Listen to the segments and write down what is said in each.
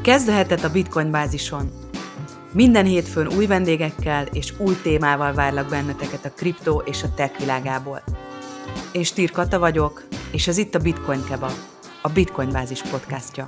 Kezd a hetet a Bitcoin bázison. Minden hétfőn új vendégekkel és új témával várlak benneteket a kriptó és a tech világából. Én Stír Kata vagyok, és ez itt a Bitcoin Kebab, a Bitcoin bázis podcastja.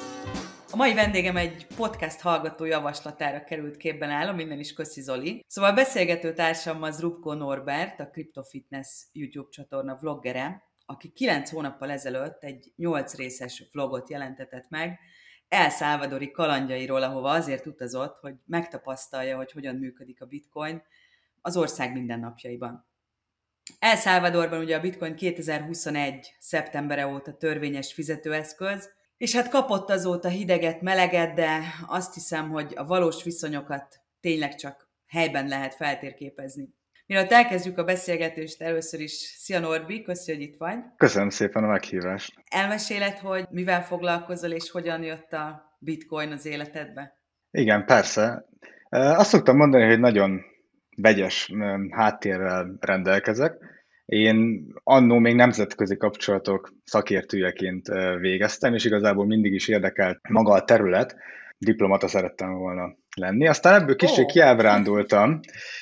A mai vendégem egy podcast hallgató javaslatára került képben állom, minden is köszi Zoli. Szóval beszélgető társammal Zrubko Norbert, a Crypto Fitness YouTube csatorna vloggere, aki 9 hónappal ezelőtt egy 8 részes vlogot jelentetett meg, El Salvadori kalandjairól, ahova azért utazott, hogy megtapasztalja, hogy hogyan működik a bitcoin az ország mindennapjaiban. El Salvadorban ugye a bitcoin 2021. szeptembere óta törvényes fizetőeszköz, és hát kapott azóta hideget, meleget, de azt hiszem, hogy a valós viszonyokat tényleg csak helyben lehet feltérképezni. Mielőtt elkezdjük a beszélgetést, először is szia Norbi, köszi, hogy itt vagy. Köszönöm szépen a meghívást. Elmeséled, hogy mivel foglalkozol, és hogyan jött a bitcoin az életedbe? Igen, persze. Azt szoktam mondani, hogy nagyon vegyes háttérrel rendelkezek. Én annó még nemzetközi kapcsolatok szakértőjeként végeztem, és igazából mindig is érdekelt maga a terület. Diplomata szerettem volna lenni. Aztán ebből kicsit kiábrándultam,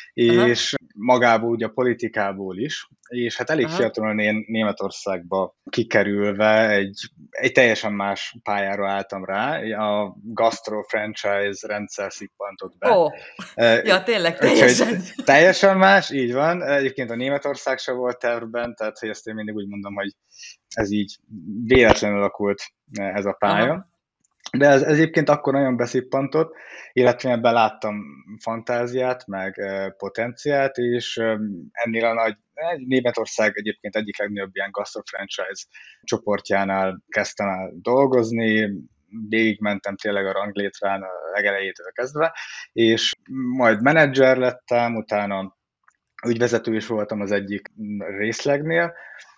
és magából ugye a politikából is, és hát elég fiatalon én Németországba kikerülve egy teljesen más pályára álltam rá, a gastro franchise rendszer szippantott be. Ja, tényleg teljesen. Teljesen más, így van. Egyébként a Németország se volt tervben, tehát hogy ezt én mindig úgy mondom, hogy ez így véletlenül alakult ez a pálya. De ez egyébként akkor nagyon beszippantott, illetve ebben láttam fantáziát, meg potenciált, és ennél a nagy Németország egyébként egyik legnagyobb ilyen gastro franchise csoportjánál kezdtem el dolgozni, végigmentem tényleg a ranglétrán a legelejétől kezdve, és majd menedzser lettem, utána ügyvezető is voltam az egyik részlegnél,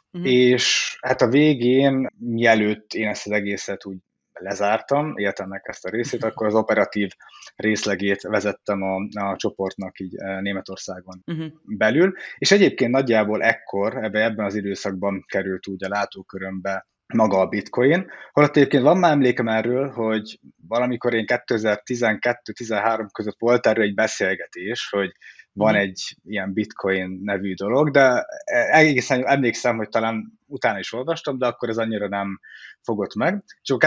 és hát a végén, mielőtt én ezt az egészet úgy lezártam, éltem ezt a részét, akkor az operatív részlegét vezettem a csoportnak így Németországon belül, és egyébként nagyjából ekkor, ebben az időszakban került úgy a látókörömbe maga a bitcoin, holott egyébként van már emlékem erről, hogy valamikor én 2012-13 között volt erről egy beszélgetés, hogy van egy ilyen bitcoin nevű dolog, de egészen emlékszem, hogy talán utána is olvastam, de akkor ez annyira nem fogott meg. Csak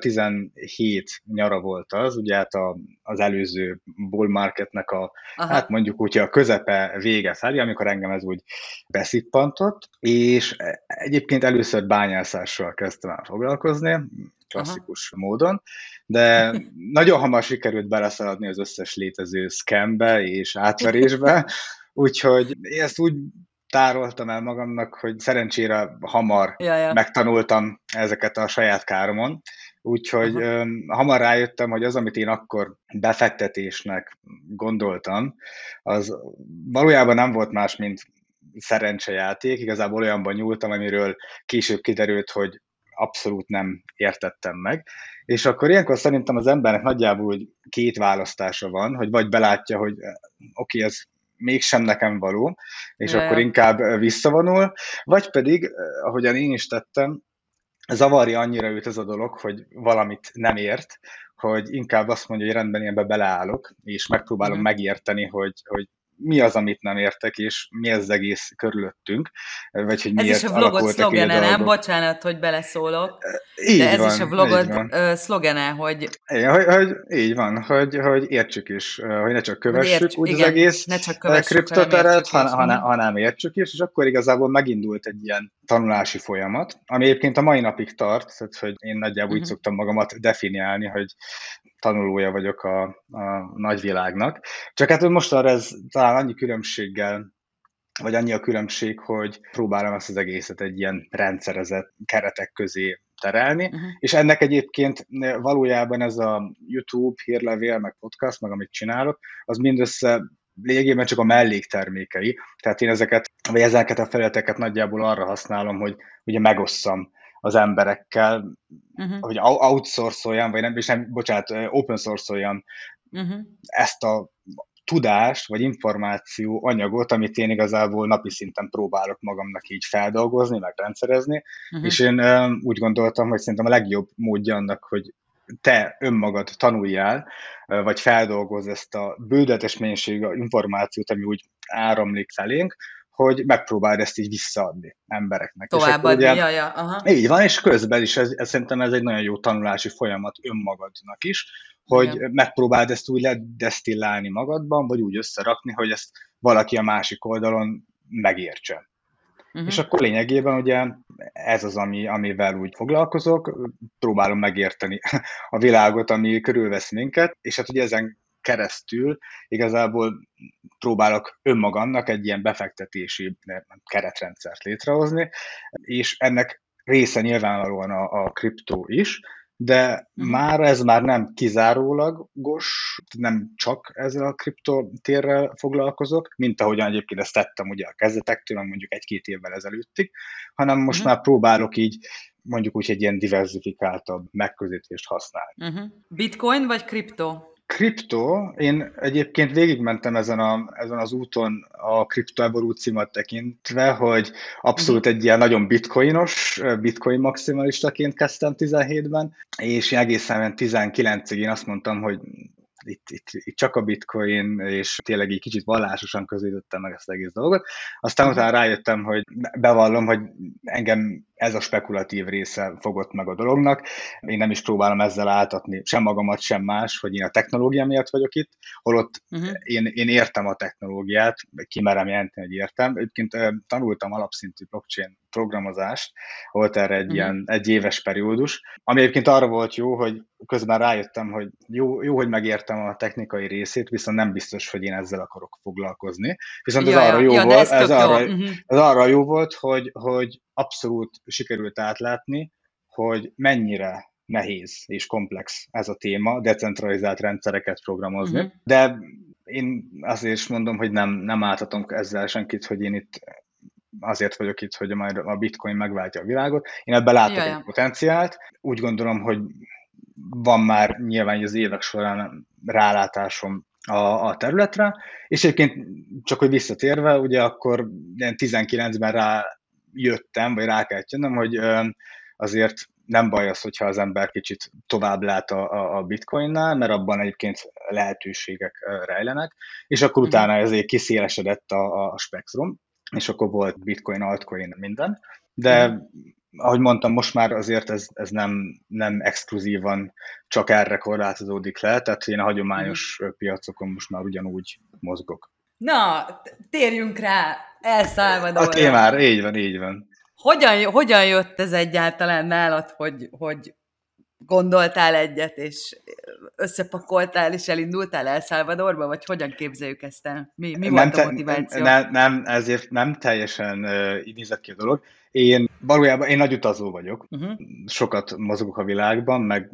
2017 nyara volt az, ugye hát az előző bull marketnek hát mondjuk úgy a közepe vége felé, amikor engem ez úgy beszippantott, és egyébként először bányászással kezdtem el foglalkozni, klasszikus módon, de nagyon hamar sikerült beleszaladni az összes létező scambe és átverésbe, úgyhogy én ezt úgy tároltam el magamnak, hogy szerencsére hamar megtanultam ezeket a saját káromon, úgyhogy hamar rájöttem, hogy az, amit én akkor befektetésnek gondoltam, az valójában nem volt más, mint szerencsejáték, igazából olyanban nyúltam, amiről később kiderült, hogy abszolút nem értettem meg. És akkor ilyenkor szerintem az embernek nagyjából két választása van, hogy vagy belátja, hogy oké, ez mégsem nekem való, és akkor inkább visszavonul, vagy pedig, ahogyan én is tettem, zavarja annyira őt ez a dolog, hogy valamit nem ért, hogy inkább azt mondja, hogy rendben, én beleállok, és megpróbálom megérteni, hogy mi az, amit nem értek, és mi az egész körülöttünk, vagy hogy miért alakultak. Ez is a vlogod szlogene, nem? Bocsánat, hogy beleszólok. De ez is a vlogod szlogene, hogy... Így van, hogy értsük is, hogy ne csak kövessük az egész kriptoteret, hanem értsük is, és akkor igazából megindult egy ilyen tanulási folyamat, ami egyébként a mai napig tart, tehát hogy én nagyjából úgy szoktam magamat definiálni, hogy tanulója vagyok a nagyvilágnak. Csak hát most arra ez talán annyi különbséggel, vagy annyi a különbség, hogy próbálom ezt az egészet egy ilyen rendszerezett keretek közé terelni, és ennek egyébként valójában ez a YouTube, hírlevél, meg podcast, meg amit csinálok, az mindössze lényegében csak a melléktermékei, tehát én ezeket a felületeket nagyjából arra használom, hogy ugye megosszam az emberekkel, hogy outsourcoljam, vagy nem, open sourcoljam ezt a tudást, vagy információ anyagot, amit én igazából napi szinten próbálok magamnak így feldolgozni, meg rendszerezni, és én úgy gondoltam, hogy szerintem a legjobb módja annak, hogy te önmagad tanuljál, vagy feldolgozz ezt a bődetes mennyiségű információt, ami úgy áramlik felénk, hogy megpróbáld ezt így visszaadni embereknek. És akkor Továbbadni, ugye aha. így van, és közben is szerintem ez egy nagyon jó tanulási folyamat önmagadnak is, hogy Igen. megpróbáld ezt úgy ledesztillálni magadban, vagy úgy összerakni, hogy ezt valaki a másik oldalon megértse. És akkor lényegében ugye ez az, amivel úgy foglalkozok, próbálom megérteni a világot, ami körülvesz minket, és hát ugye ezen keresztül igazából próbálok önmagamnak egy ilyen befektetési keretrendszert létrehozni, és ennek része nyilvánvalóan a kriptó is, de ez már nem kizárólagos, nem csak ezzel a kriptotérrel foglalkozok, mint ahogyan egyébként ezt tettem ugye a kezdetektől, mondjuk 1-2 évvel ezelőttig, hanem most már próbálok így mondjuk úgy egy ilyen diversifikáltabb megközelítést használni. Bitcoin vagy kriptó? Kriptó, én egyébként végigmentem ezen az úton a kriptoevolúciómat tekintve, hogy abszolút egy ilyen nagyon bitcoin maximalistaként kezdtem 17-ben, és egészen 19-ig én azt mondtam, hogy itt csak a bitcoin, és tényleg így kicsit vallásosan közelítettem meg ezt az egész dolgot. Aztán utána rájöttem, hogy bevallom, hogy engem ez a spekulatív része fogott meg a dolognak. Én nem is próbálom ezzel áltatni sem magamat, sem más, hogy én a technológia miatt vagyok itt, holott én értem a technológiát, kimerem jelenteni, hogy értem. Egyébként tanultam alapszintű blockchain programozást, volt erre egy éves periódus, ami egyébként arra volt jó, hogy közben rájöttem, hogy jó, hogy megértem a technikai részét, viszont nem biztos, hogy én ezzel akarok foglalkozni. Viszont ez arra jó volt, hogy abszolút sikerült átlátni, hogy mennyire nehéz és komplex ez a téma, decentralizált rendszereket programozni. De én azért is mondom, hogy nem álltatom ezzel senkit, hogy én itt azért vagyok itt, hogy majd a bitcoin megváltja a világot. Én ebben látok egy potenciált. Úgy gondolom, hogy van már nyilván az évek során rálátásom a területre, és egyébként csak hogy visszatérve, ugye akkor 19-ben rájöttem, vagy rá kellett jönnöm, hogy azért nem baj az, hogyha az ember kicsit tovább lát a bitcoinnál, mert abban egyébként lehetőségek rejlenek, és akkor utána ezért kiszélesedett a spektrum, és akkor volt bitcoin, altcoin, minden, de ahogy mondtam, most már azért ez nem exkluzívan csak erre korlátozódik le, tehát én a hagyományos piacokon most már ugyanúgy mozgok. Na, térjünk rá El Salvadorra. A témára, így van. Hogyan jött ez egyáltalán nálad, hogy gondoltál egyet, és összepakoltál, és elindultál El Salvadorba, vagy hogyan képzeljük ezt el? Mi volt a motiváció? Ezért nem teljesen így nézett ki a dolog. Valójában én nagy utazó vagyok. Sokat mozogok a világban, meg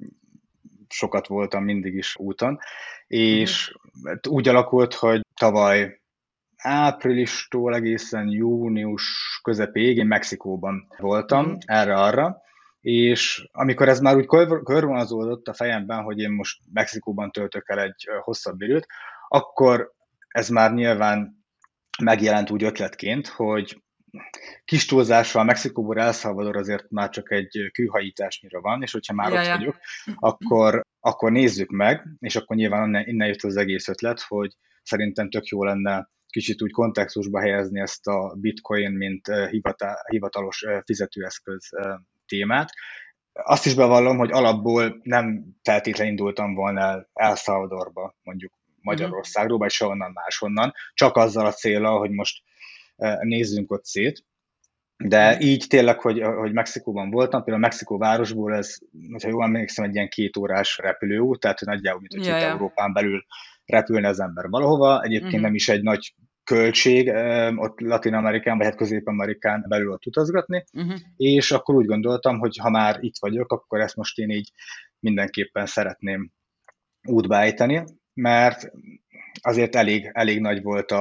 sokat voltam mindig is úton, és úgy alakult, hogy tavaly áprilistól egészen június közepéig én Mexikóban voltam, erre-arra, és amikor ez már úgy körvonalazódott a fejemben, hogy én most Mexikóban töltök el egy hosszabb időt, akkor ez már nyilván megjelent úgy ötletként, hogy kis túlzással Mexikóból El Salvador azért már csak egy kőhajításnyira van, és hogyha már ott vagyok, akkor nézzük meg, és akkor nyilván innen jött az egész ötlet, hogy szerintem tök jó lenne kicsit úgy kontextusba helyezni ezt a bitcoin, mint hivatalos fizetőeszköz témát. Azt is bevallom, hogy alapból nem feltétlenül indultam volna El Salvadorba, mondjuk Magyarországról, vagy sehonnan máshonnan, csak azzal a céllal, hogy most nézzünk ott szét. De így tényleg, hogy Mexikóban voltam, például Mexikó városból ez, hogyha jól emlékszem, egy ilyen 2 órás repülőút, tehát nagyjából, mint hogy Európán belül repülne az ember valahova. Egyébként nem is egy nagy költség ott Latin-Amerikán, vagy hát Közép-Amerikán belül ott utazgatni, és akkor úgy gondoltam, hogy ha már itt vagyok, akkor ezt most én így mindenképpen szeretném útba ejteni, mert azért elég nagy volt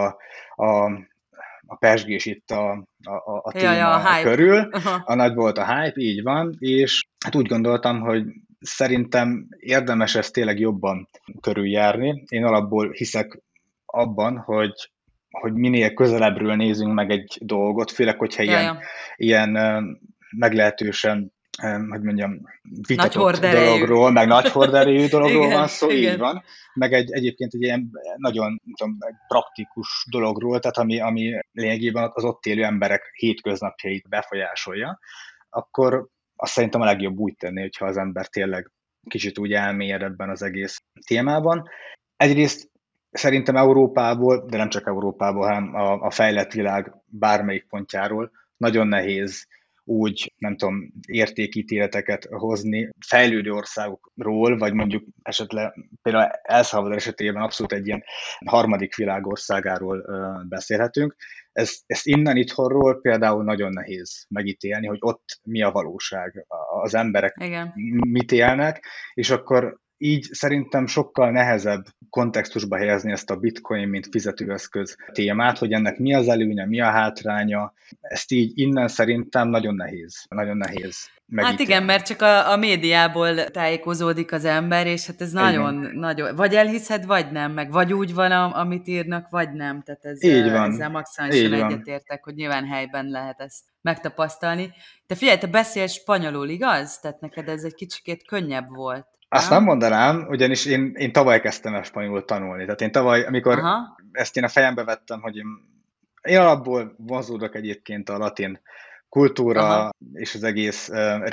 a pezsgés itt a téma körül, nagy volt a hype, így van, és hát úgy gondoltam, hogy szerintem érdemes ezt tényleg jobban körüljárni. Én alapból hiszek abban, hogy minél közelebbről nézzünk meg egy dolgot, főleg, hogyha ilyen meglehetősen hogy mondjam, Nagy vitatott horderejű. dologról, meg nagy horderejű dologról van Igen, szó, így igen. van, meg egyébként egy ilyen nagyon, nem tudom, egy praktikus dologról, tehát ami lényegében az ott élő emberek hétköznapjait befolyásolja, akkor azt szerintem a legjobb úgy tenni, hogyha az ember tényleg kicsit úgy elmélyed ebben az egész témában. Egyrészt szerintem Európából, de nem csak Európából, hanem a fejlett világ bármelyik pontjáról nagyon nehéz úgy, nem tudom, értékítéleteket hozni fejlődő országokról, vagy mondjuk esetleg például El Salvador esetében abszolút egy ilyen harmadik világ országáról beszélhetünk. Ezt innen itthonról például nagyon nehéz megítélni, hogy ott mi a valóság, az emberek Igen. mit élnek, és akkor így szerintem sokkal nehezebb kontextusba helyezni ezt a bitcoin, mint fizetőeszköz témát, hogy ennek mi az előnye, mi a hátránya. Ezt így innen szerintem nagyon nehéz megítélni. Hát igen, mert csak a médiából tájékozódik az ember, és hát ez nagyon, vagy elhiszed, vagy nem, meg vagy úgy van, amit írnak, vagy nem. Tehát Így van. ezzel maximálisan egyetértek, hogy nyilván helyben lehet ezt megtapasztalni. Te figyelj, te beszélsz spanyolul, igaz? Tehát neked ez egy kicsikét könnyebb volt. Azt nem mondanám, ugyanis én tavaly kezdtem el spanyolul tanulni. Tehát én tavaly, amikor ezt én a fejembe vettem, hogy én alapból vonzódok egyébként a latin kultúra és az egész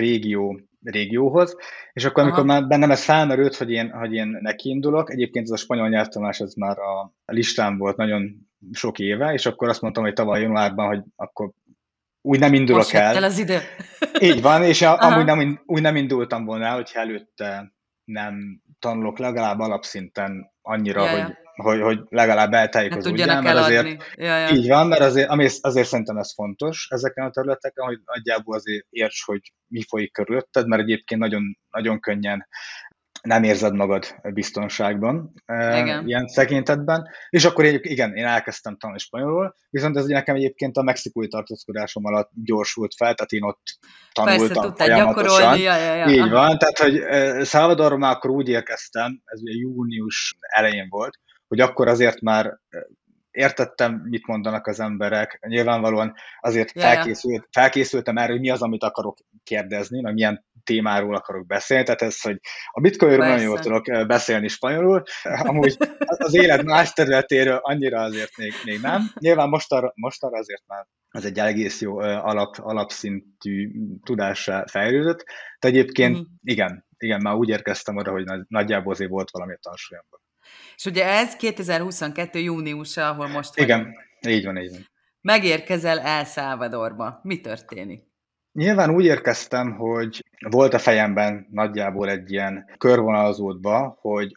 régióhoz, és akkor amikor már bennem ez felmerült, hogy én nekiindulok, egyébként ez a spanyol nyelvtanulás ez már a listán volt nagyon sok éve, és akkor azt mondtam, hogy tavaly januárban, hogy akkor úgy nem indulok most el. Az idő. Így van, és amúgy úgy nem indultam volna el, hogyha előtte nem tanulok legalább alapszinten annyira, hogy legalább eltájékozódjál, mert azért így van, mert azért szerintem ez fontos ezeken a területeken, hogy nagyjából azért érts, hogy mi folyik körülötted, mert egyébként nagyon, nagyon könnyen nem érzed magad biztonságban ilyen tekintetben. És akkor igen, én elkezdtem tanulni spanyolul, viszont ez nekem egyébként a mexikói tartózkodásom alatt gyorsult fel, tehát én ott tanultam folyamatosan. Így van, tehát hogy Salvadorban már akkor úgy érkeztem, ez ugye június elején volt, hogy akkor azért már értettem, mit mondanak az emberek. Nyilvánvalóan azért felkészültem erre, hogy mi az, amit akarok kérdezni, meg milyen témáról akarok beszélni. Tehát ez, hogy a bitcoinról nagyon jól tudok beszélni spanyolul, amúgy az élet más területéről annyira azért még nem. Nyilván most arra azért már az egy egész jó alapszintű tudással fejlődött. De egyébként igen, már úgy érkeztem oda, hogy nagyjából azért volt valami a tanfolyamban. És ugye ez 2022. júniusa, ahol most vagyunk. Igen, így van. Megérkezel El Salvadorba. Mi történik? Nyilván úgy érkeztem, hogy volt a fejemben nagyjából egy ilyen körvonalazódva, hogy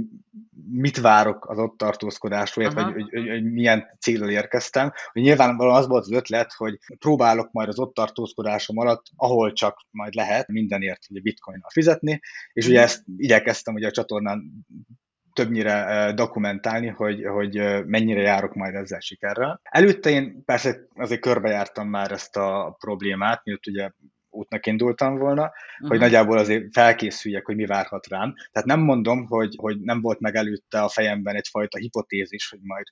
mit várok az ott tartózkodástól, hogy milyen célral érkeztem. Hogy nyilvánvalóan az volt az ötlet, hogy próbálok majd az ott tartózkodásom alatt, ahol csak majd lehet, mindenért ugye bitcoinnal fizetni, és ugye ezt igyekeztem ugye a csatornán többnyire dokumentálni, hogy mennyire járok majd ezzel sikerrel. Előtte én persze azért körbejártam már ezt a problémát, miatt ugye útnak indultam volna, hogy nagyjából azért felkészüljek, hogy mi várhat rám. Tehát nem mondom, hogy nem volt meg előtte a fejemben egyfajta hipotézis, hogy majd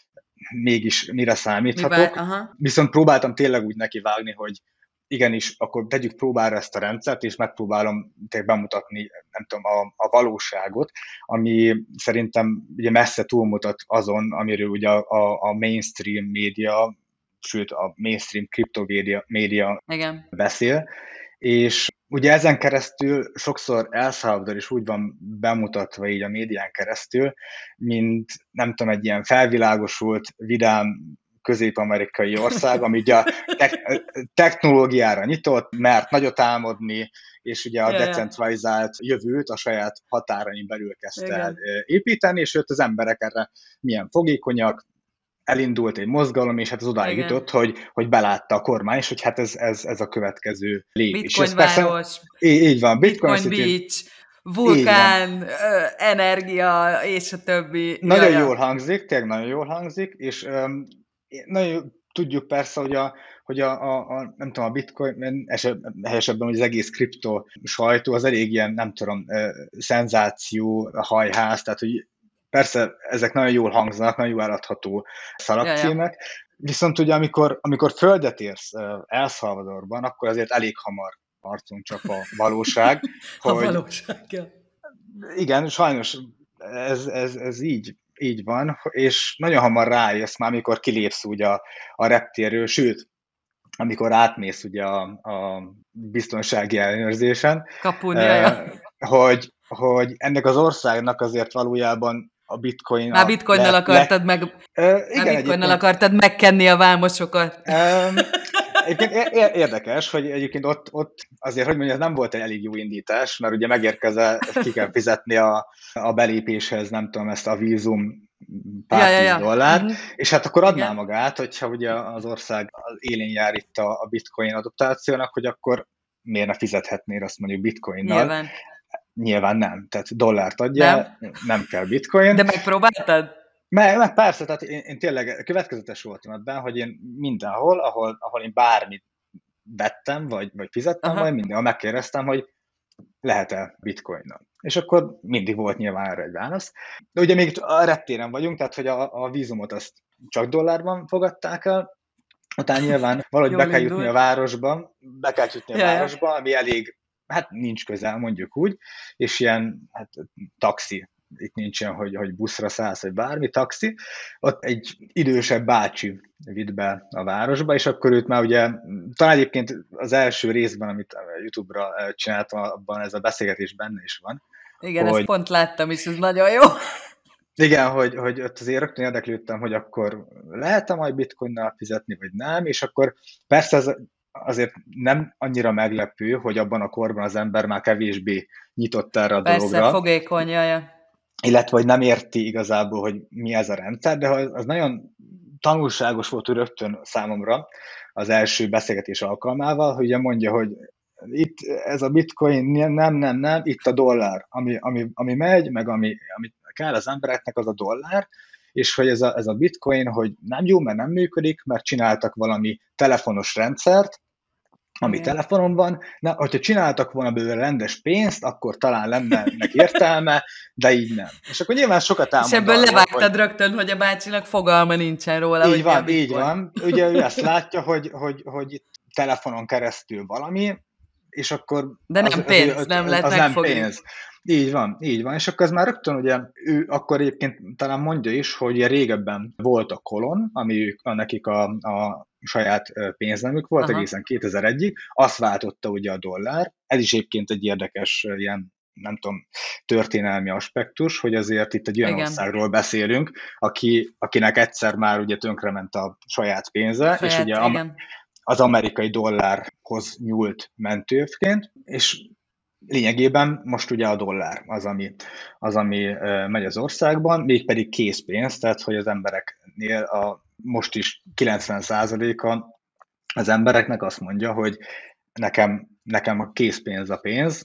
mégis mire számíthatok. Viszont próbáltam tényleg úgy nekivágni, hogy igenis, akkor tegyük próbára ezt a rendszert, és megpróbálom bemutatni, nem tudom, a valóságot, ami szerintem ugye messze túlmutat azon, amiről ugye a mainstream média, sőt a mainstream kriptomédia beszél, és ugye ezen keresztül sokszor El Salvador is úgy van bemutatva így a médián keresztül, mint nem tudom, egy ilyen felvilágosult, vidám, közép-amerikai ország, ami ugye a technológiára nyitott, mert nagyot álmodni, és ugye a decentralizált jövőt a saját határain belül kezdte el építeni, és jött az emberek erre milyen fogékonyak, elindult egy mozgalom, és hát az odáig jutott, hogy belátta a kormány, és hogy hát ez a következő lépés. Bitcoin város, így van, Bitcoin Beach, vulkán, energia, és a többi. Nagyon jól hangzik, tényleg nagyon jól hangzik, és nagyon tudjuk persze, hogy nem tudom, a bitcoin, helyesebben, hogy az egész kripto sajtó, az elég ilyen, nem tudom, szenzáció, hajház, tehát, hogy persze ezek nagyon jól hangzanak, nagyon jól eladható szalagcímek, viszont ugye amikor földet érsz El Salvadorban, akkor azért elég hamar arcon csap a valóság, A hogy valósággal. igen, sajnos ez így van, és nagyon hamar rájössz már, amikor kilépsz ugye a reptérről, sőt, amikor átmész ugye a biztonsági ellenőrzésen, Kapun, jaja. hogy ennek az országnak azért valójában a bitcoin Már bitcoinnal akartad meg, már igen, bitcoinnal egyébként akartad megkenni a vámosokat. Egyébként érdekes, hogy egyébként ott azért, hogy mondjam, ez nem volt egy elég jó indítás, mert ugye megérkezel, ki kell fizetni a belépéshez, nem tudom, ezt a vízum pár tíz Ja. dollár, és hát akkor adná Igen, magát, hogyha ugye az ország az élén jár itt a bitcoin adoptációnak, hogy akkor miért ne fizethetnél azt mondjuk bitcoinnal. nyilván. Nyilván nem, tehát dollárt Nem? adjál, nem kell bitcoin. De megpróbáltad? Meg persze, tehát én tényleg következetes voltam ebben, hogy én mindenhol, ahol én bármit vettem, vagy fizettem, vagy Aha. mindenhol megkérdeztem, hogy lehet-e bitcoinnal. És akkor mindig volt nyilván erre egy válasz. De ugye még a reptéren vagyunk, tehát hogy a vízumot azt csak dollárban fogadták el, utána nyilván valahogy Jól be kell jutni a indult. városba, Ja. ami elég, hát nincs közel, mondjuk úgy, és ilyen hát, taxi, itt nincs ilyen, hogy buszra szállsz, vagy bármi, taxi, ott egy idősebb bácsi vitt be a városba, és akkor őt már ugye, talán egyébként az első részben, amit YouTube-ra csináltam, abban ez a beszélgetés benne is van, Igen, ezt hogy pont láttam is, ez nagyon jó. igen, hogy ott azért rögtön érdeklődtem, hogy akkor lehet-e majd bitcoinnal fizetni, vagy nem, és akkor persze ez azért nem annyira meglepő, hogy abban a korban az ember már kevésbé nyitott erre a Persze, dologra, fogékony, jaja. illetve hogy nem érti igazából, hogy mi ez a rendszer, de az nagyon tanulságos volt rögtön számomra az első beszélgetés alkalmával, hogy ugye mondja, hogy itt ez a bitcoin nem, itt a dollár, ami megy, meg ami kell az embereknek, az a dollár, és hogy ez a bitcoin, hogy nem jó, mert nem működik, mert csináltak valami telefonos rendszert, ami Igen. telefonon van, na, hogyha csináltak volna belőle rendes pénzt, akkor talán lenne ennek értelme, de így nem. És akkor nyilván sokat És elmond ebből arról, levágtad hogy rögtön, hogy a bácsinak fogalma nincsen róla, hogy mi a így bitcoin. van. Ugye ő ezt látja, hogy itt telefonon keresztül valami, és akkor De nem pénz, nem lehet az nem megfogni. pénz. Így van. És akkor ez már rögtön ugye, ő akkor egyébként talán mondja is, hogy ugye régebben volt a kolon, ami nekik a saját pénznemük volt, egészen 2001-ig, azt váltotta ugye a dollár. Ez is egyébként egy érdekes ilyen, nem tudom, történelmi aspektus, hogy azért itt egy olyan országról beszélünk, akinek egyszer már ugye tönkrement a saját pénze, és ugye az amerikai dollárhoz nyúlt mentőövként, és lényegében most ugye a dollár az, ami megy az országban, mégpedig készpénz, tehát hogy az embereknél most is 90%-a az embereknek azt mondja, hogy nekem a készpénz a pénz,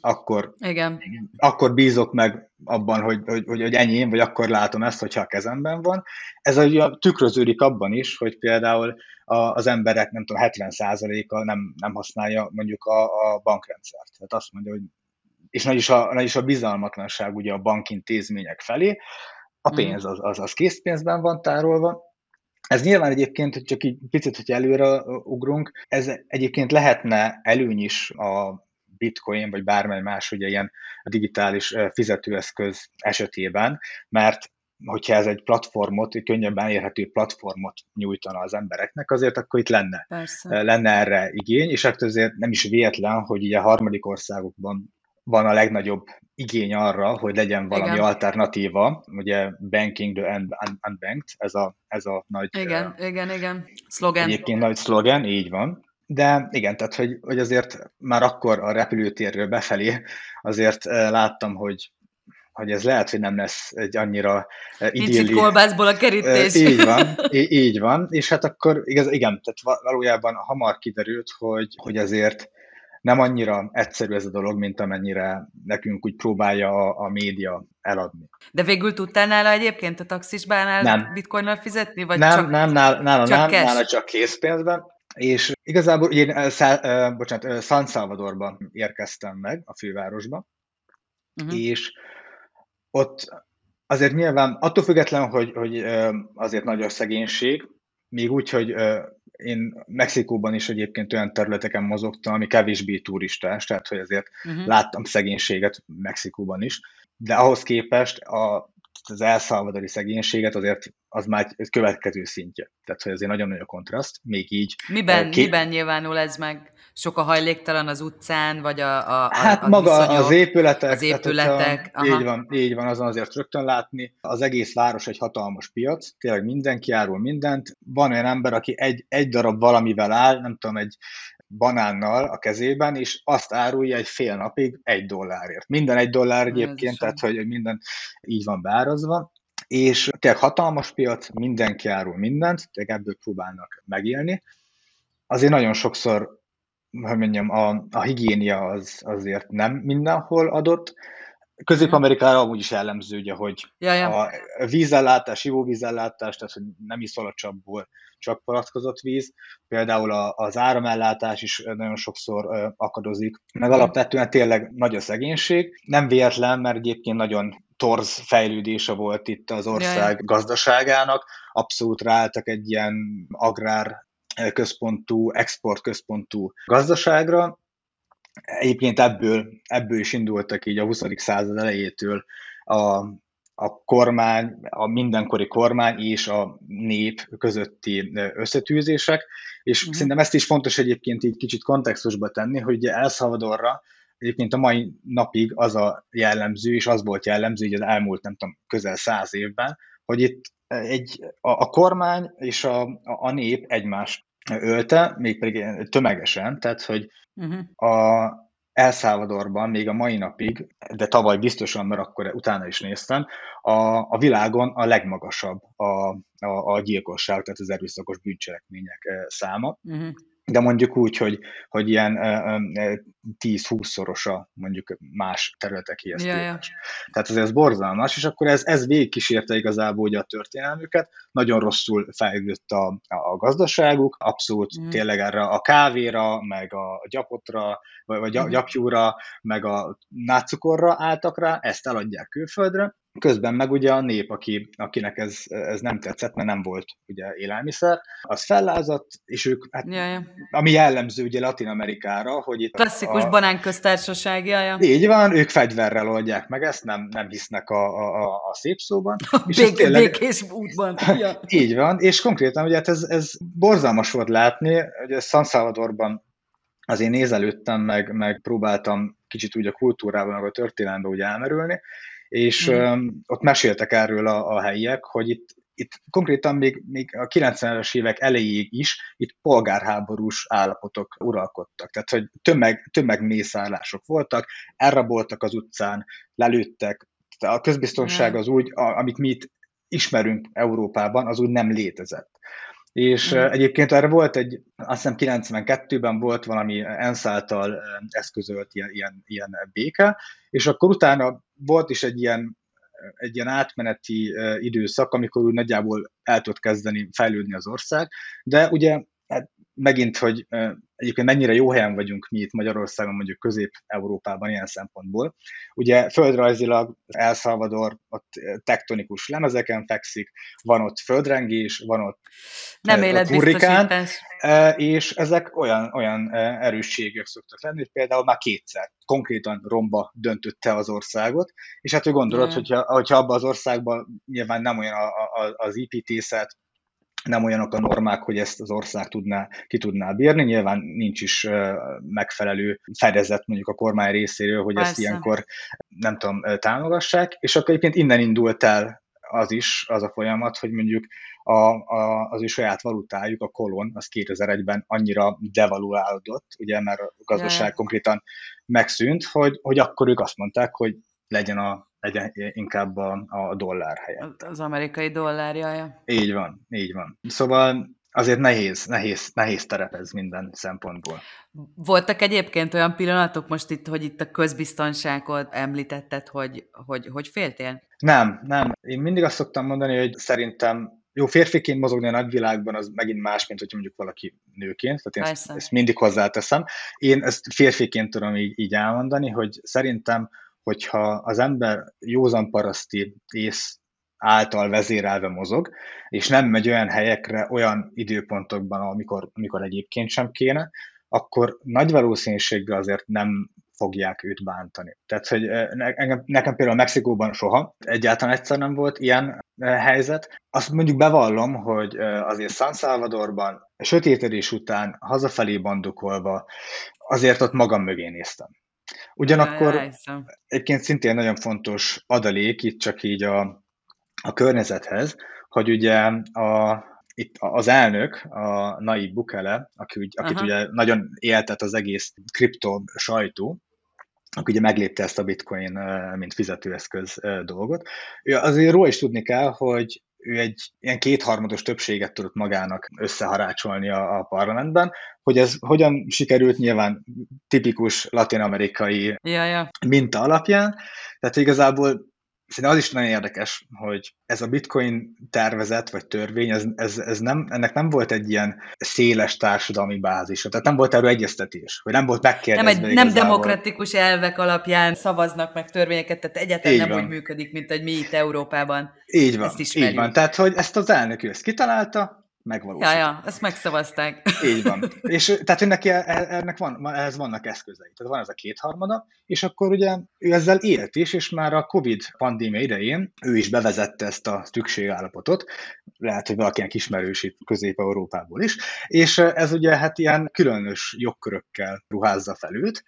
akkor bízok meg abban, hogy enyém, vagy akkor látom ezt, hogyha a kezemben van. Ez ugye tükröződik abban is, hogy például az emberek, nem tudom, 70%-a nem használja mondjuk a bankrendszert. Tehát azt mondja, hogy és nagy is a bizalmatlanság ugye a bankintézmények felé, a pénz az készpénzben van tárolva. Ez nyilván egyébként, hogy csak így picit, hogy előre ugrunk, ez egyébként lehetne előny is a bitcoin, vagy bármely más ugye ilyen digitális fizetőeszköz esetében, mert hogyha ez egy platformot, egy könnyebben érhető platformot nyújtana az embereknek, azért akkor itt lenne erre igény, és hát azért nem is véletlen, hogy ugye a harmadik országokban van a legnagyobb igény arra, hogy legyen valami alternatíva, ugye banking the unbanked, ez a nagy... Igen. Szlogen. Egyébként nagy szlogen, így van. De igen, tehát hogy azért már akkor a repülőtérről befelé azért láttam, hogy ez lehet, hogy nem lesz egy annyira idilli... Nincs itt kolbászból a kerítés. Így van, és hát akkor igen, tehát valójában hamar kiderült, hogy azért nem annyira egyszerű ez a dolog, mint amennyire nekünk úgy próbálja a média eladni. De végül tudtál nála egyébként a taxisbánál bitcoinnal fizetni? Vagy nála csak készpénzben. És igazából én San Salvadorban érkeztem meg, a fővárosba, és ott azért nyilván attól függetlenül, hogy azért nagy a szegénység, még úgy, hogy én Mexikóban is egyébként olyan területeken mozogtam, ami kevésbé turistás, tehát hogy azért Uh-huh. láttam szegénységet Mexikóban is, de ahhoz képest az El Salvadori szegénységet azért az már egy következő szintje. Tehát, hogy azért nagyon nagy a kontraszt, még így. Miben nyilvánul ez meg? Sok a hajléktalan az utcán, vagy Hát a maga az viszonyok, épületek, az tehát hogyha épületek? Aha. így van, azon azért rögtön látni. Az egész város egy hatalmas piac, tényleg mindenki árul mindent. Van olyan ember, aki egy darab valamivel áll, nem tudom, egy banánnal a kezében, és azt árulja egy fél napig $1. Minden $1 egyébként, tehát hogy minden így van beárazva. És tényleg hatalmas piac, mindenki árul mindent, tényleg ebből próbálnak megélni. Azért nagyon sokszor, hogy mondjam, a higiénia az azért nem mindenhol adott. Közép-Amerikára amúgy is jellemző, ugye, hogy a vízellátás, ivóvízellátás, tehát hogy nem iszol a csapból, csak palackozott víz. Például az áramellátás is nagyon sokszor akadozik. Meg alapvetően tényleg nagy a szegénység. Nem véletlen, mert egyébként nagyon torz fejlődése volt itt az ország gazdaságának. Abszolút ráálltak egy ilyen agrár központú, export központú gazdaságra. Egyébként ebből is indultak így a 20. század elejétől a kormány, a mindenkori kormány és a nép közötti összetűzések, és szerintem ezt is fontos egyébként így kicsit kontextusba tenni, hogy El Salvadorra egyébként a mai napig az a jellemző, és az volt jellemző így az elmúlt, nem tudom, közel 100 évben, hogy itt a kormány és a nép egymást ölte, mégpedig tömegesen, tehát hogy a El Salvadorban még a mai napig, de tavaly biztosan, mert akkor utána is néztem, a világon a legmagasabb a gyilkosság, tehát az erőszakos bűncselekmények száma. De mondjuk úgy, hogy ilyen 10-20-szorosa mondjuk más területekéhez képest. Tehát azért ez borzalmas, és akkor ez végigkísérte igazából ugye a történelmüket, nagyon rosszul fejlődött a gazdaságuk, abszolút tényleg erre a kávéra, meg a gyapotra, vagy gyapjúra, meg a nátscukorra álltak rá, ezt eladják külföldre, közben meg ugye a nép, akinek ez nem tetszett, mert nem volt ugye élelmiszer, az fellázadt, és ők, hát, ami jellemző ugye Latin-Amerikára, hogy itt klasszikus banánköztársaság, Így van, ők fegyverrel oldják meg ezt, nem hisznek a szép szóban. És tényleg, békés útban. Így van, és konkrétan ugye hát ez borzalmas volt látni, ugye San Salvadorban azért nézelődtem, meg próbáltam kicsit úgy a kultúrában, meg a történelemben úgy elmerülni, és ott meséltek erről a helyiek, hogy itt konkrétan még a 90-es évek elejéig is itt polgárháborús állapotok uralkodtak. Tehát, hogy tömegmészárlások voltak, elraboltak az utcán, lelőttek. A közbiztonság az úgy, amit mi itt ismerünk Európában, az úgy nem létezett. És egyébként erre volt azt hiszem 92-ben volt valami ENSZ által eszközölt ilyen béke, és akkor utána volt is egy ilyen átmeneti időszak, amikor úgy nagyjából el tudott kezdeni fejlődni az ország, de ugye megint, hogy egyébként mennyire jó helyen vagyunk mi itt Magyarországon, mondjuk Közép-Európában ilyen szempontból. Ugye földrajzilag El Salvador ott tektonikus lemezeken fekszik, van ott földrengés, van ott hurrikán, és ezek olyan erősségek szoktak lenni, hogy például már kétszer konkrétan romba döntötte az országot, és hát ő gondolod, hogyha abban az országban nyilván nem olyan az építészet, nem olyanok a normák, hogy ezt az ország ki tudná bírni. Nyilván nincs is megfelelő fedezet mondjuk a kormány részéről, hogy ezt ilyenkor nem tudom, támogassák, és akkor egyébként innen indult el az a folyamat, hogy mondjuk az ő saját valutájuk, a kolon, az 2001-ben annyira devaluálódott, ugye, mert a gazdaság konkrétan megszűnt, hogy akkor ők azt mondták, hogy legyen inkább a dollár helyett. Az amerikai dollár, jaja. Így van. Szóval azért nehéz terep ez minden szempontból. Voltak egyébként olyan pillanatok most itt, hogy itt a közbiztonságot említetted, hogy féltél? Nem. Én mindig azt szoktam mondani, hogy szerintem jó, férfiként mozogni a nagyvilágban az megint más, mint hogyha mondjuk valaki nőként, tehát én ezt mindig hozzáteszem. Én ezt férfiként tudom így elmondani, hogy szerintem, hogyha az ember józan paraszti ész által vezérelve mozog, és nem megy olyan helyekre, olyan időpontokban, amikor egyébként sem kéne, akkor nagy valószínűséggel azért nem fogják őt bántani. Tehát, hogy nekem például Mexikóban soha egyáltalán egyszer nem volt ilyen helyzet. Azt mondjuk bevallom, hogy azért San Salvadorban sötétedés után hazafelé bandukolva azért ott magam mögé néztem. Ugyanakkor egyébként szintén nagyon fontos adalék itt csak így a környezethez, hogy ugye itt az elnök, a Nayib Bukele, akit ugye nagyon éltet az egész kripto sajtó, aki ugye meglépte ezt a bitcoin, mint fizetőeszköz dolgot. Azért róla is tudni kell, hogy ő egy ilyen 2/3 többséget tudott magának összeharácsolni a parlamentben, hogy ez hogyan sikerült, nyilván tipikus latin-amerikai minta alapján, tehát igazából szerintem az is nagyon érdekes, hogy ez a bitcoin tervezet vagy törvény, ennek nem volt egy ilyen széles társadalmi bázisa, tehát nem volt erről egyeztetés, vagy nem volt megkérdezve. Nem demokratikus elvek alapján szavaznak meg törvényeket, tehát egyáltalán nem úgy működik, mint hogy mi itt Európában. Így van, így van. Tehát, hogy ezt az elnök ezt kitalálta, megvalósította. Ezt megszavazták. Így van. És tehát, hogy neki ehhez vannak eszközei. Tehát van ez a 2/3, és akkor ugye ő ezzel élt is, és már a Covid pandémia idején ő is bevezette ezt a szükségállapotot, lehet, hogy valakinek ismerős itt Közép-Európából is, és ez ugye hát ilyen különös jogkörökkel ruházza fel őt,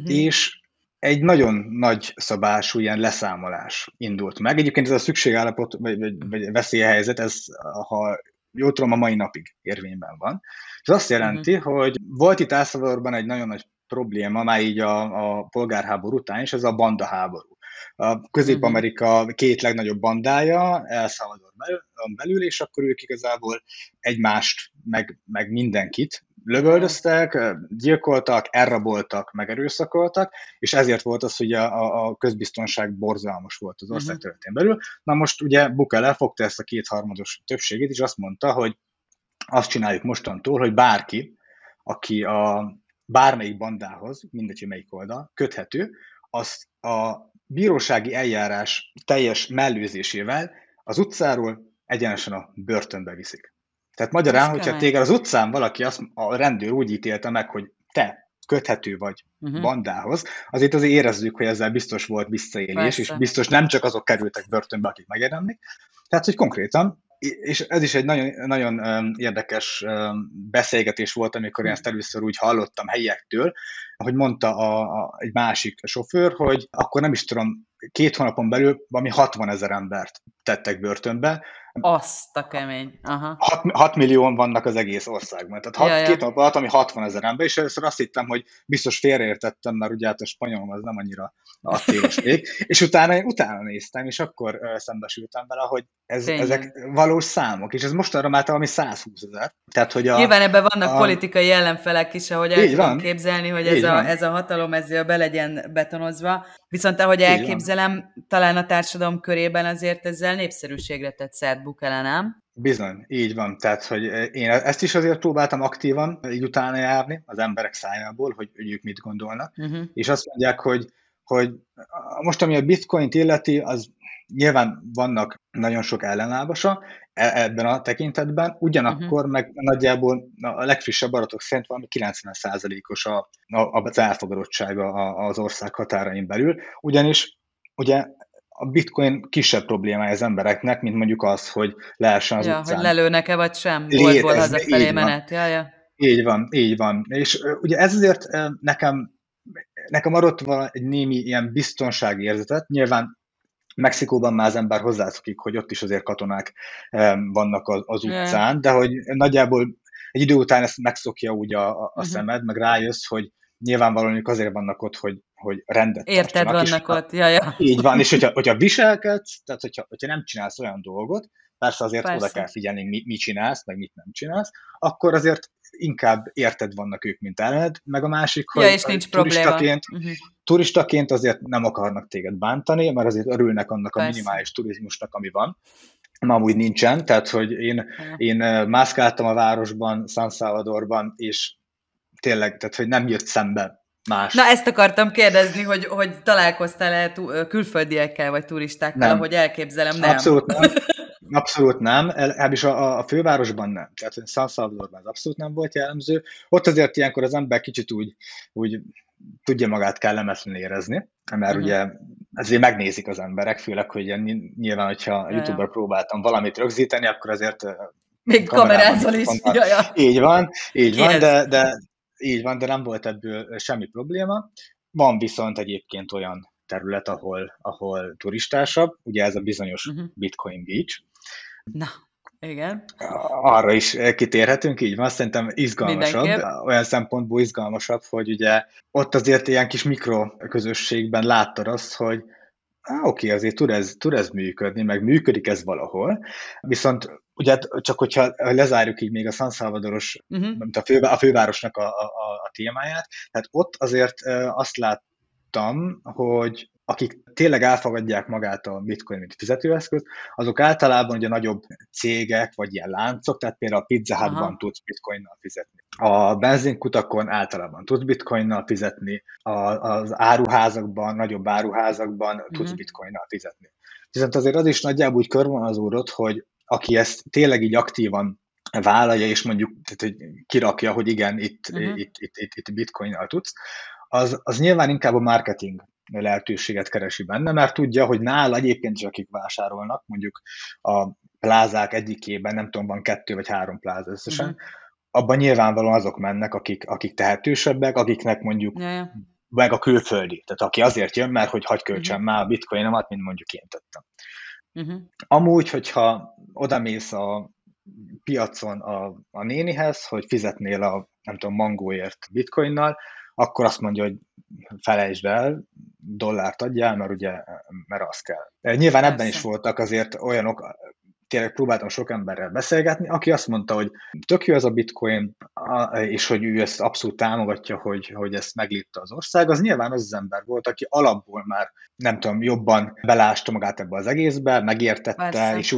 és egy nagyon nagy szabású ilyen leszámolás indult meg. Egyébként ez a szükségállapot, vagy veszélyhelyzet, ez, ha jól tudom, a mai napig érvényben van. És az azt jelenti, hogy volt itt El Salvadorban egy nagyon nagy probléma, már így a polgárháború után is, ez a bandaháború. A Közép-Amerika két legnagyobb bandája El Salvador belül, és akkor ők igazából egymást, meg mindenkit lövöldöztek, gyilkoltak, elraboltak, megerőszakoltak, és ezért volt az, hogy a közbiztonság borzalmas volt az ország területén belül. Na most ugye Bukele fogta ezt a 2/3 többségét, és azt mondta, hogy azt csináljuk mostantól, hogy bárki, aki a bármelyik bandához, mindegy, hogy melyik oldal, köthető, azt a bírósági eljárás teljes mellőzésével az utcáról egyenesen a börtönbe viszik. Tehát magyarán, hogyha téged az utcán valaki, a rendőr úgy ítélte meg, hogy te köthető vagy bandához, azért érezzük, hogy ezzel biztos volt visszaélés, és biztos nem csak azok kerültek börtönbe, akik megérdemlik. Tehát, hogy konkrétan, és ez is egy nagyon, nagyon érdekes beszélgetés volt, amikor én ezt először úgy hallottam helyiektől, hogy mondta egy másik sofőr, hogy akkor nem is tudom, 2 hónapon belül valami 60 000 embert tettek börtönbe. Azt a kemény. 6 millióan vannak az egész országban. Tehát 2 hónap alatt, ami 60 000 ember, és először azt hittem, hogy biztos félreértettem, mert ugye hát a spanyolom az nem annyira acélos még. És utána néztem, és akkor szembesültem vele, hogy ezek valós számok, és ez mostanra már valami 120 000. Tehát, hogy nyilván ebben vannak politikai ellenfelek is, ahogy el tudom képzelni, hogy ez a hatalom ezzel be legyen betonozva. Viszont ahogy elképzelem, talán a társadalom körében azért ezzel népszerűségre tett szert Bukele, nem? Bizony, így van. Tehát, hogy én ezt is azért próbáltam aktívan így utána járni az emberek szájából, hogy ők mit gondolnak. És azt mondják, hogy most, ami a bitcoint illeti, az nyilván vannak nagyon sok ellenlábasa ebben a tekintetben, ugyanakkor meg nagyjából a legfrissebb adatok szerint valami 90%-os az elfogadottsága az ország határain belül, ugyanis ugye a bitcoin kisebb problémája az embereknek, mint mondjuk az, hogy lehessen az utcán. Hogy lelőnek-e vagy sem, boltból hazafelé menet. Így van. És ugye ez azért nekem adott egy némi ilyen biztonságérzetet. Nyilván Mexikóban már az ember hozzászokik, hogy ott is azért katonák vannak az utcán, de hogy nagyjából egy idő után ezt megszokja úgy a szemed, meg rájössz, hogy nyilvánvalóan azért vannak ott, hogy rendet érted tartsanak. Vannak ott, Így van, és hogyha viselkedsz, tehát hogyha nem csinálsz olyan dolgot, persze azért oda kell figyelni, mit csinálsz, meg mit nem csinálsz, akkor azért inkább érted vannak ők, mint ellened, meg a másik, hogy és nincs turistaként azért nem akarnak téged bántani, mert azért örülnek annak a minimális turizmusnak, ami van. Ma amúgy nincsen, tehát hogy én mászkáltam a városban, San Salvadorban, és tényleg, tehát hogy nem jött szembe más. Na, ezt akartam kérdezni, hogy találkoztál-e külföldiekkel, vagy turistákkal, Nem. ahogy elképzelem, nem. Abszolút nem. Abszolút nem, legalábbis a fővárosban nem. Tehát San Salvadorban ez abszolút nem volt jellemző. Ott azért ilyenkor az ember kicsit úgy tudja magát kellemetlen érezni, mert ugye ezért megnézik az emberek, főleg, hogy nyilván, hogyha YouTube-ra próbáltam valamit rögzíteni, akkor azért még kamerázol is. Így van, így van, de nem volt ebből semmi probléma. Van viszont egyébként olyan terület, ahol turistásabb, ugye ez a bizonyos Bitcoin Beach. Na, igen. Arra is kitérhetünk, így van, szerintem izgalmasabb, olyan szempontból izgalmasabb, hogy ugye ott azért ilyen kis mikroközösségben láttad azt, hogy oké, azért tud ez működni, meg működik ez valahol, viszont ugye csak hogyha lezárjuk így még a San Salvadoros, a fővárosnak a témáját, tehát ott azért azt láttam, hogy akik tényleg elfogadják magát a bitcoin, mint fizetőeszköz, azok általában ugye nagyobb cégek, vagy ilyen láncok, tehát például a Pizza Hutban tudsz bitcoinnal fizetni. A benzinkutakon általában tudsz bitcoinnal fizetni, az áruházakban, nagyobb áruházakban tudsz bitcoinnal fizetni. Viszont azért az is nagyjából úgy körvonalazódott, hogy aki ezt tényleg így aktívan vállalja, és mondjuk tehát, hogy kirakja, hogy igen, itt bitcoinnal tudsz, az nyilván inkább a marketing lehetőséget keresi benne, mert tudja, hogy nála egyébként is akik vásárolnak, mondjuk a plázák egyikében, nem tudom, van 2 vagy 3 pláza összesen, abban nyilvánvalóan azok mennek, akik tehetősebbek, akiknek mondjuk meg a külföldi. Tehát aki azért jön, mert hogy hagy költsem már a bitcoinomat, mint mondjuk én tettem. Amúgy, hogyha odamész a piacon a nénihez, hogy fizetnél a, nem tudom, mangóért bitcoinnal, akkor azt mondja, hogy felejtsd el, dollárt adjál, mert az kell. Nyilván ebben is voltak azért olyanok, tényleg próbáltam sok emberrel beszélgetni, aki azt mondta, hogy tök jó ez a bitcoin, és hogy ő ezt abszolút támogatja, hogy ezt meglépte az ország, az nyilván az ember volt, aki alapból már, nem tudom, jobban belásta magát ebbe az egészbe, megértette, persze. És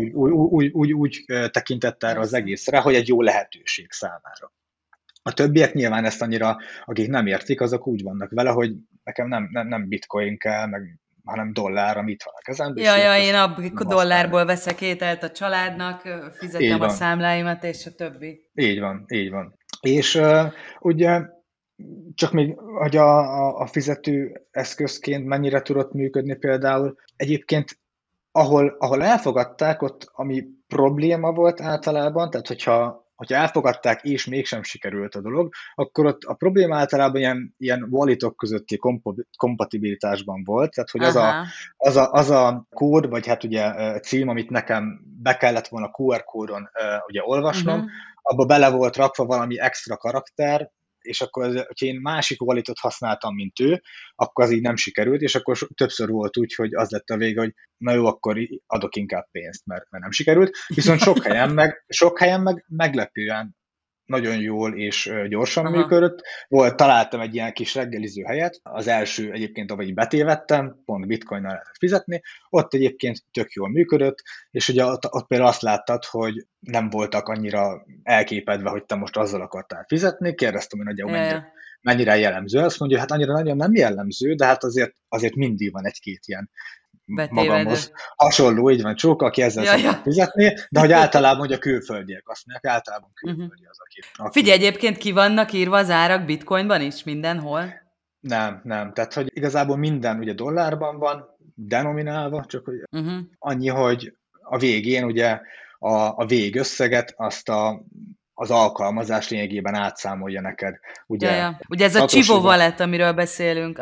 úgy tekintette erre az egészre, hogy egy jó lehetőség számára. A többiek nyilván ezt annyira, akik nem értik, azok úgy vannak vele, hogy nekem nem bitcoin kell, hanem dollár, amit van a kezemben. Én a dollárból veszek ételt a családnak, fizetem a számláimat, és a többi. Így van. És ugye csak még, hogy a fizető eszközként mennyire tudott működni például, egyébként ahol elfogadták, ott ami probléma volt általában, tehát hogyha elfogadták és mégsem sikerült a dolog, akkor ott a probléma általában ilyen walletok közötti kompatibilitásban volt, tehát hogy az a kód, vagy hát ugye cím, amit nekem be kellett volna QR kódon ugye olvasnom, abba bele volt rakva valami extra karakter, és akkor, hogyha én másik walletot használtam, mint ő, akkor az így nem sikerült, és akkor többször volt úgy, hogy az lett a vége, hogy na jó, akkor adok inkább pénzt, mert nem sikerült. Viszont sok helyen meg meglepően nagyon jól és gyorsan működött. Találtam egy ilyen kis reggeliző helyet, az első egyébként, ahogy így betévettem, pont bitcoinnal lehetett fizetni, ott egyébként tök jól működött, és ugye ott például azt láttad, hogy nem voltak annyira elképedve, hogy te most azzal akartál fizetni, kérdeztem, hogy nagyjából mennyire jellemző. Azt mondja, hát annyira nagyon nem jellemző, de hát azért mindig van egy-két ilyen magamhoz hasonló, így van csóka, aki ezzel szokott fizetni, de hogy általában, hogy a külföldiek azt mondják, általában külföldi az, aki... Figyelj, egyébként ki vannak írva az árak bitcoinban is, mindenhol? Nem, tehát hogy igazából minden ugye dollárban van, denominálva, csak hogy annyi, hogy a végén ugye a végösszeget azt az alkalmazás lényegében átszámolja neked. Ugye ez a Chivo Wallet, amiről beszélünk.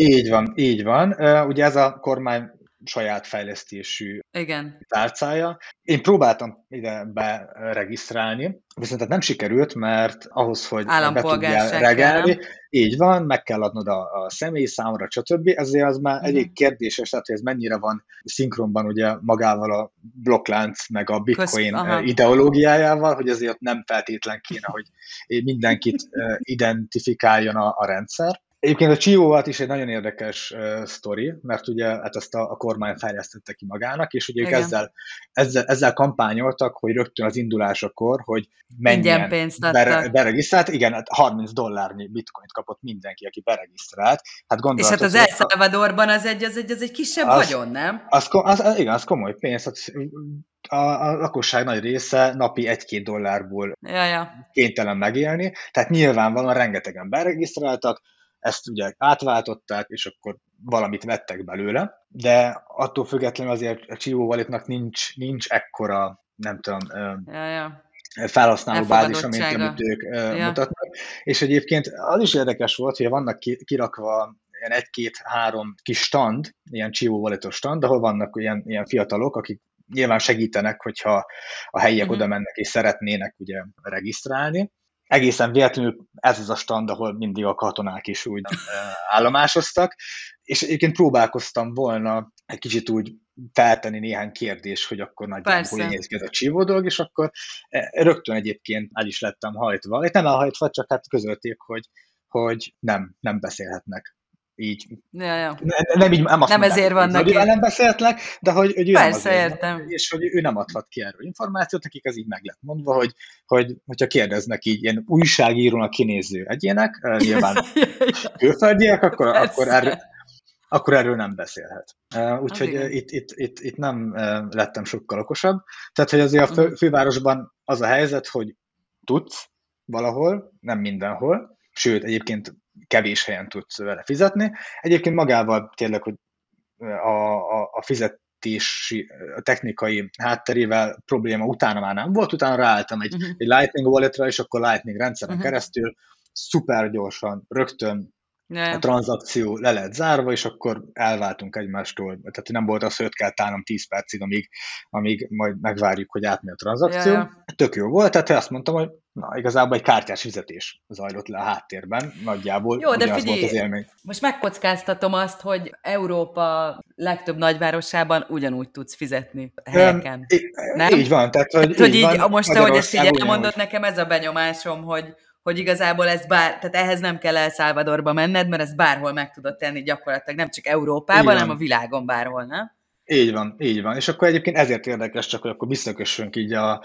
Így van. Ugye ez a kormány saját fejlesztésű tárcája. Én próbáltam ide beregisztrálni, viszont nem sikerült, mert ahhoz, hogy be tudjál regelni, így van, meg kell adnod a személyi számra, stb. Ezért az már elég kérdéses, tehát hogy ez mennyire van szinkronban ugye magával a blokklánc, meg a bitcoin ideológiájával, hogy azért nem feltétlen kéne, hogy mindenkit identifikáljon a rendszer. Egyébként a Chivo volt is egy nagyon érdekes sztori, mert ugye hát ezt a kormány fejlesztette ki magának, és ugye ők Igen. ezzel kampányoltak, hogy rögtön az indulásakor, hogy Ingyen menjen pénzt adtak. beregisztrált, igen, hát $30 bitcoint kapott mindenki, aki beregisztrált. Hát És hát gondolhatod, az hogy El Salvadorban az egy kisebb az, vagyon, nem? igen, az komoly pénz. Hát a lakosság nagy része napi $1-2 Ja, ja. kénytelen megélni, tehát nyilvánvalóan rengetegen beregisztráltak, ezt ugye átváltották, és akkor valamit vettek belőle, de attól függetlenül azért a Chivo Walletnak nincs ekkora, nem tudom, Ja, ja. felhasználó bázis, amit Elfogadottsága. ők Ja. mutatnak. És egyébként az is érdekes volt, hogy vannak kirakva ilyen 1-2-3 kis stand, ilyen Chivo Walletos stand, ahol vannak ilyen fiatalok, akik nyilván segítenek, hogyha a helyiek oda mennek és szeretnének ugye regisztrálni. Egészen véletlenül ez az a stand, ahol mindig a katonák is úgy állomásoztak, és egyébként próbálkoztam volna egy kicsit úgy feltenni néhány kérdést, hogy akkor nagyjából hogy Persze. néz ki ez a csívó dolog, és akkor rögtön egyébként el is lettem hajtva. Nem elhajtva, csak hát közölték, hogy nem beszélhetnek így. Ja, ja. Nem azt Nem mondták, ezért hogy vannak izraelivel itt. nem beszéltlek, de hogy ő nem Persze, azért van, értem. és hogy ő nem adhat ki erről információt, nekik ez így meg lett mondva, hogyha kérdeznek így ilyen újságírónak kinéző egyének, nyilván külföldiek, Persze. akkor erről nem beszélhet. Az Úgyhogy igen. itt nem lettem sokkal okosabb. Tehát, hogy azért a fővárosban az a helyzet, hogy tudsz valahol, nem mindenhol, sőt, egyébként kevés helyen tudsz vele fizetni. Egyébként magával tényleg, hogy a fizetési, a technikai hátterével probléma utána már nem volt, utána ráálltam egy Lightning Walletre, és akkor Lightning rendszeren keresztül szuper gyorsan, rögtön Ja, a ja. tranzakció le lett zárva, és akkor elváltunk egymástól. Tehát nem volt az, hogy ott kell állnom 10 percig, amíg majd megvárjuk, hogy átmegy a Ja, tranzakció. ja. Tök jó volt, tehát azt mondtam, hogy na, igazából egy kártyás fizetés zajlott le a háttérben, nagyjából Jó, de ugyanaz volt az figyelj, élmény. most megkockáztatom azt, hogy Európa legtöbb nagyvárosában ugyanúgy tudsz fizetni helyeken. Nem? Így van, tehát hogy Hogy így így, van, most ahogy ezt így Magyarország elmondod, ugyanúgy. nekem ez a benyomásom, hogy igazából ez tehát ehhez nem kell El Salvadorba menned, mert ezt bárhol meg tudod tenni gyakorlatilag, nem csak Európában, Így hanem a van. világon bárhol, nem? Így van, így van. És akkor egyébként ezért érdekes, csak hogy akkor visszakössünk így a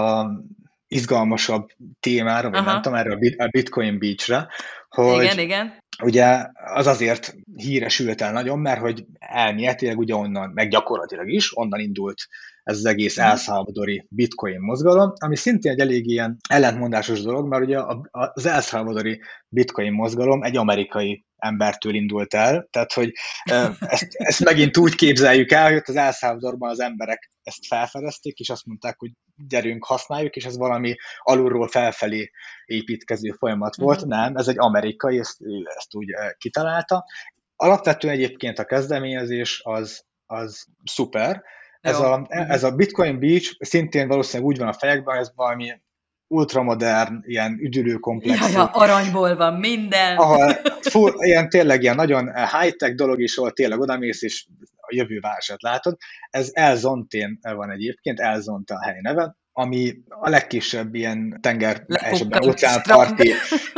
izgalmasabb témára, vagy nem tudom, erre a Bitcoin Beach-re, Igen, hogy igen. ugye az azért híresült el nagyon, mert hogy elméletileg ugye onnan, meg gyakorlatilag is, onnan indult ez az egész El Salvadori bitcoin mozgalom, ami szintén egy elég ilyen ellentmondásos dolog, mert ugye az El Salvadori bitcoin mozgalom egy amerikai embertől indult el, tehát hogy ezt megint úgy képzeljük el, hogy az El Salvadorban az emberek ezt felfedezték, és azt mondták, hogy gyerünk, használjuk, és ez valami alulról felfelé építkező folyamat volt. Nem, ez egy amerikai, ezt úgy kitalálta. Alapvetően egyébként a kezdeményezés az szuper. Ez a Bitcoin Beach szintén valószínűleg úgy van a fejekben, ez valami ultramodern, ilyen üdülőkomplexum. Ja, aranyból van minden. Ahol ilyen tényleg ilyen nagyon high-tech dolog is, ahol tényleg odamész, és a jövő városát látod. Ez El Zontén van egyébként, El Zonte a hely neve, ami a legkisebb ilyen tenger, esetben óceánparti.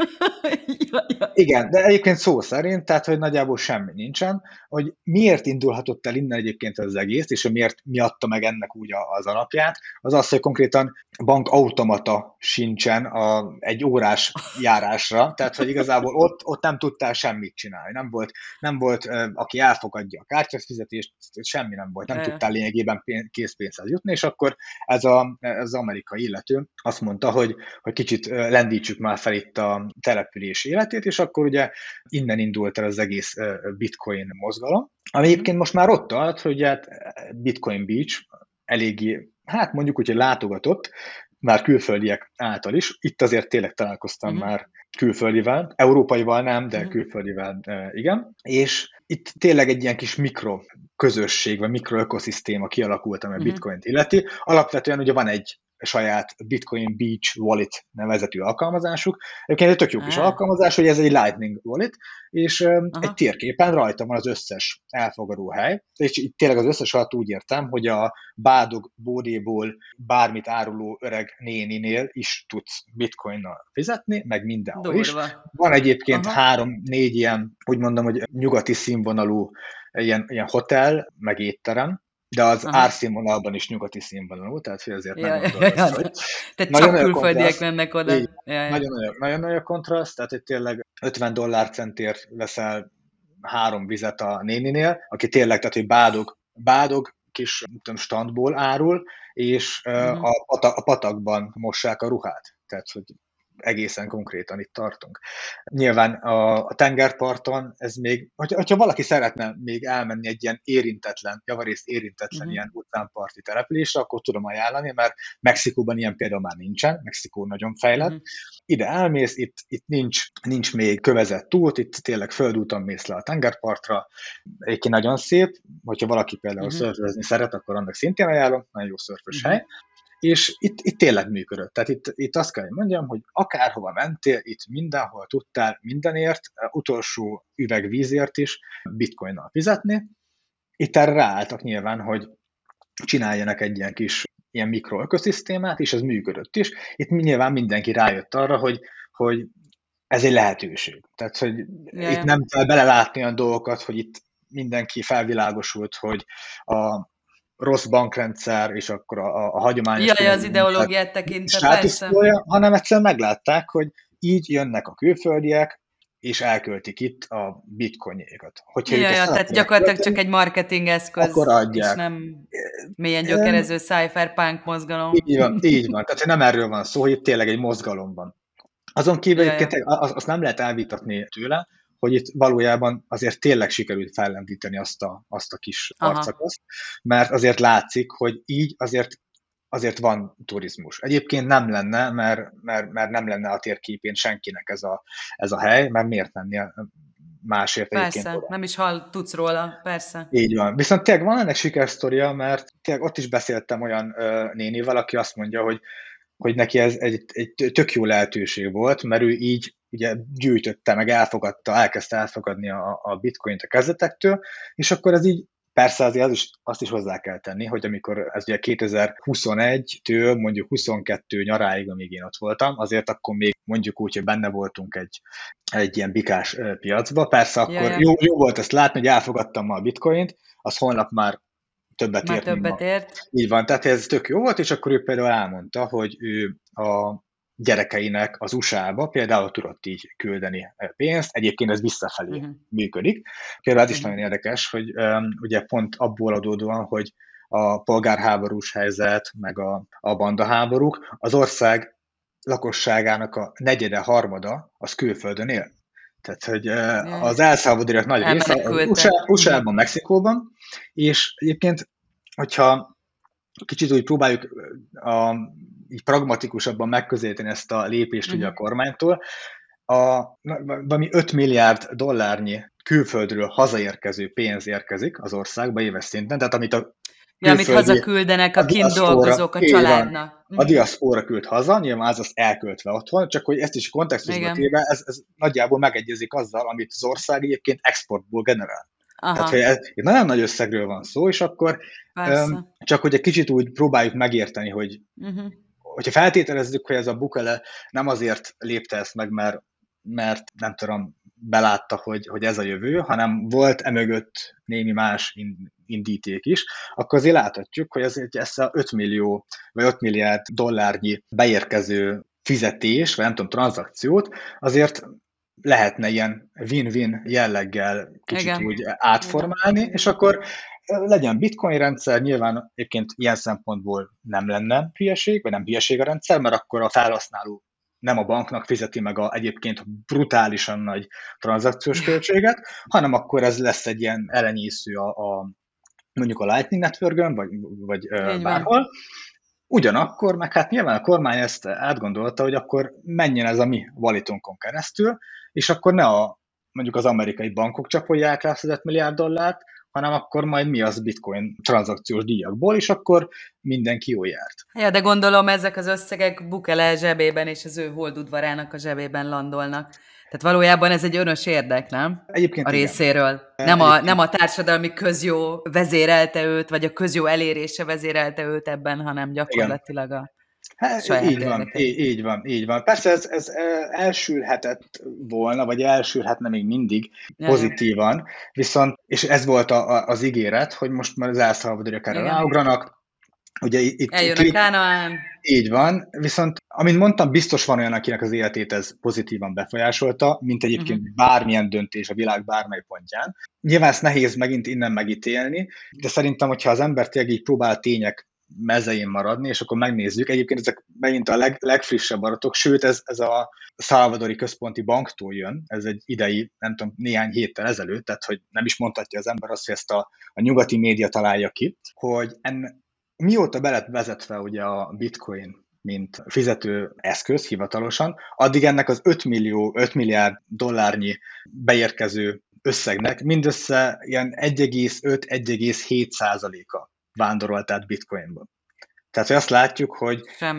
Igen, de egyébként szó szerint, tehát, hogy nagyjából semmi nincsen, hogy miért indulhatott el innen egyébként az egész, és hogy mi adta meg ennek úgy az alapját, az az, hogy konkrétan bankautomata sincsen egy órás járásra, tehát, hogy igazából ott nem tudtál semmit csinálni, nem volt aki elfogadja a kártyafizetést, semmi nem volt, nem tudtál lényegében készpénzhez jutni, és akkor ez az amerikai illető azt mondta, hogy kicsit lendítsük már fel itt a település életét, és akkor ugye innen indult el az egész Bitcoin mozgalom, ami egyébként most már ott tart, hogy hát Bitcoin Beach eléggé, hát mondjuk úgy, hogy látogatott, már külföldiek által is. Itt azért tényleg találkoztam már külföldivel, európaival nem, de külföldivel igen. És itt tényleg egy ilyen kis mikroközösség, vagy mikroökoszisztéma kialakult, ami a Bitcoint illeti. Alapvetően ugye van egy saját Bitcoin Beach Wallet nevezetű alkalmazásuk. Egyébként egy tök jó kis alkalmazás, hogy ez egy Lightning Wallet, és egy térképen rajta van az összes elfogadó hely, és itt tényleg az összes alatt úgy értem, hogy a Bádog bódéból bármit áruló öreg néninél is tudsz bitcoinnal fizetni, meg mindenhol is. Van egyébként 3-4 ilyen, úgy mondom, hogy nyugati színvonalú ilyen hotel, meg étterem, de az árszínvonalban is nyugati színvonalú, tehát hogy azért nem gondolod, hogy... Tehát csak külföldiek mennek oda. Nagyon nagy a kontraszt, tehát hogy tényleg $50 veszel 3 vizet a néninél, aki tényleg, tehát hogy bádog kis standból árul, és a patakban mossák a ruhát. Tehát, hogy egészen konkrétan itt tartunk. Nyilván a tengerparton ez még, hogyha valaki szeretne még elmenni egy ilyen javarészt érintetlen ilyen utánparti településre, akkor tudom ajánlani, mert Mexikóban ilyen például már nincsen, Mexikó nagyon fejlett. Ide elmész, itt nincs még kövezett út, itt tényleg földúton mész le a tengerpartra, egyébként nagyon szép, hogyha valaki például szörfözni szeret, akkor annak szintén ajánlom, nagyon jó szörfös hely. És itt tényleg működött. Tehát itt azt kell, hogy mondjam, hogy akárhova mentél, itt mindenhol tudtál mindenért, utolsó üveg vízért is bitcoinnal fizetni. Itt erre ráálltak nyilván, hogy csináljanak egy ilyen kis ilyen mikroökoszisztémát, és ez működött is. Itt nyilván mindenki rájött arra, hogy ez egy lehetőség. Tehát, hogy itt nem kell belelátni olyan dolgokat, hogy itt mindenki felvilágosult, hogy a rossz bankrendszer, és akkor a hagyományos... az ideológiát tekintve, persze. Hanem egyszerűen meglátták, hogy így jönnek a külföldiek, és elköltik itt a bitcoinjékat. Tehát gyakorlatilag csak egy marketing eszköz, akkor adják. És nem mélyen gyökerező cypherpunk mozgalom. Így van. Tehát nem erről van szó, hogy itt tényleg egy mozgalom van. Azon kívül egyébként azt nem lehet elvitatni tőle, hogy itt valójában azért tényleg sikerült fellendíteni azt a kis arcakaszt, mert azért látszik, hogy így azért van turizmus. Egyébként nem lenne, mert nem lenne a térképén senkinek ez a hely, mert miért lennél másért persze, egyébként oda. Nem is tudsz róla, persze. Így van. Viszont tényleg van ennek sikersztoria, mert tényleg ott is beszéltem olyan nénivel, aki azt mondja, hogy neki ez egy tök jó lehetőség volt, mert ő így ugye gyűjtötte, meg elkezdte elfogadni a bitcoint a kezdetektől, és akkor ez így, persze azért azt is hozzá kell tenni, hogy amikor ez ugye 2021-től mondjuk 22 nyaráig, amíg én ott voltam, azért akkor még mondjuk úgy, hogy benne voltunk egy ilyen bikás piacba, persze akkor jó volt ezt látni, hogy elfogadtam ma a bitcoint, az holnap már többet ért. Így van, tehát ez tök jó volt, és akkor ő például elmondta, hogy ő a gyerekeinek az USA-ba például tudott így küldeni pénzt, egyébként ez visszafelé működik. Például ez is nagyon érdekes, hogy ugye pont abból adódóan, hogy a polgárháborús helyzet, meg a bandaháborúk, az ország lakosságának a negyede, harmada az külföldön él. Tehát, hogy az elszalvadoriak nagy része USA-ban, Mexikóban, és egyébként, hogyha kicsit úgy próbáljuk így pragmatikusabban megközelíteni ezt a lépést ugye a kormánytól, valami $5 milliárd külföldről hazaérkező pénz érkezik az országba éves szinten, tehát amit hazaküldenek a kint dolgozók a családnak. A diaszpóra küld haza, nyilván az elköltve otthon, csak hogy ezt is kontextusba téve, ez nagyjából megegyezik azzal, amit az ország egyébként exportból generál. Tehát, hogy egy nagyon nagy összegről van szó, és akkor csak hogy egy kicsit úgy próbáljuk megérteni, hogy hogyha feltételezzük, hogy ez a Bukele nem azért lépte ezt meg, mert nem tudom, belátta, hogy ez a jövő, hanem volt emögött némi más indíték is, akkor azért láthatjuk, hogy ez a 5 millió vagy 5 milliárd dollárnyi beérkező fizetés, vagy nem tudom, tranzakciót, azért lehetne ilyen win-win jelleggel kicsit úgy átformálni, és akkor legyen bitcoin rendszer, nyilván egyébként ilyen szempontból nem lenne hülyeség, vagy nem hülyeség a rendszer, mert akkor a felhasználó nem a banknak fizeti meg egyébként brutálisan nagy tranzakciós költséget, hanem akkor ez lesz egy ilyen elenyésző mondjuk a Lightning Networkön, vagy bárhol. Ugyanakkor, meg hát nyilván a kormány ezt átgondolta, hogy akkor menjen ez a mi walletunkon keresztül, és akkor ne mondjuk az amerikai bankok csapolják rá $5 milliárd, hanem akkor majd mi az bitcoin tranzakciós díjakból, és akkor mindenki jól járt. Ja, de gondolom ezek az összegek Bukele zsebében és az ő holdudvarának a zsebében landolnak. Tehát valójában ez egy önös érdek, nem? Egyébként A igen. részéről. Nem a társadalmi közjó vezérelte őt, vagy a közjó elérése vezérelte őt ebben, hanem gyakorlatilag a saját így van. Persze ez elsülhetett volna, vagy elsülhetne még mindig pozitívan, viszont, és ez volt az ígéret, hogy most már az El Salvadoriak erre ráugranak. Ugye eljön a Kánaán. Így van, viszont, amint mondtam, biztos van olyan, akinek az életét ez pozitívan befolyásolta, mint egyébként bármilyen döntés a világ bármely pontján. Nyilván ezt nehéz megint innen megítélni, de szerintem, hogyha az ember tényleg így próbál tények mezején maradni, és akkor megnézzük. Egyébként ezek megint a legfrissebb adatok, sőt ez a Salvadori Központi Banktól jön, ez egy idei, nem tudom, néhány héttel ezelőtt, tehát hogy nem is mondhatja az ember azt, hogy ezt a nyugati média találja ki, hogy mióta be lett vezetve ugye a bitcoin, mint fizető eszköz hivatalosan, addig ennek az 5 milliárd dollárnyi beérkező összegnek mindössze ilyen 1,5-1,7%-a vándorolt át bitcoinba. Tehát, hogy azt látjuk, hogy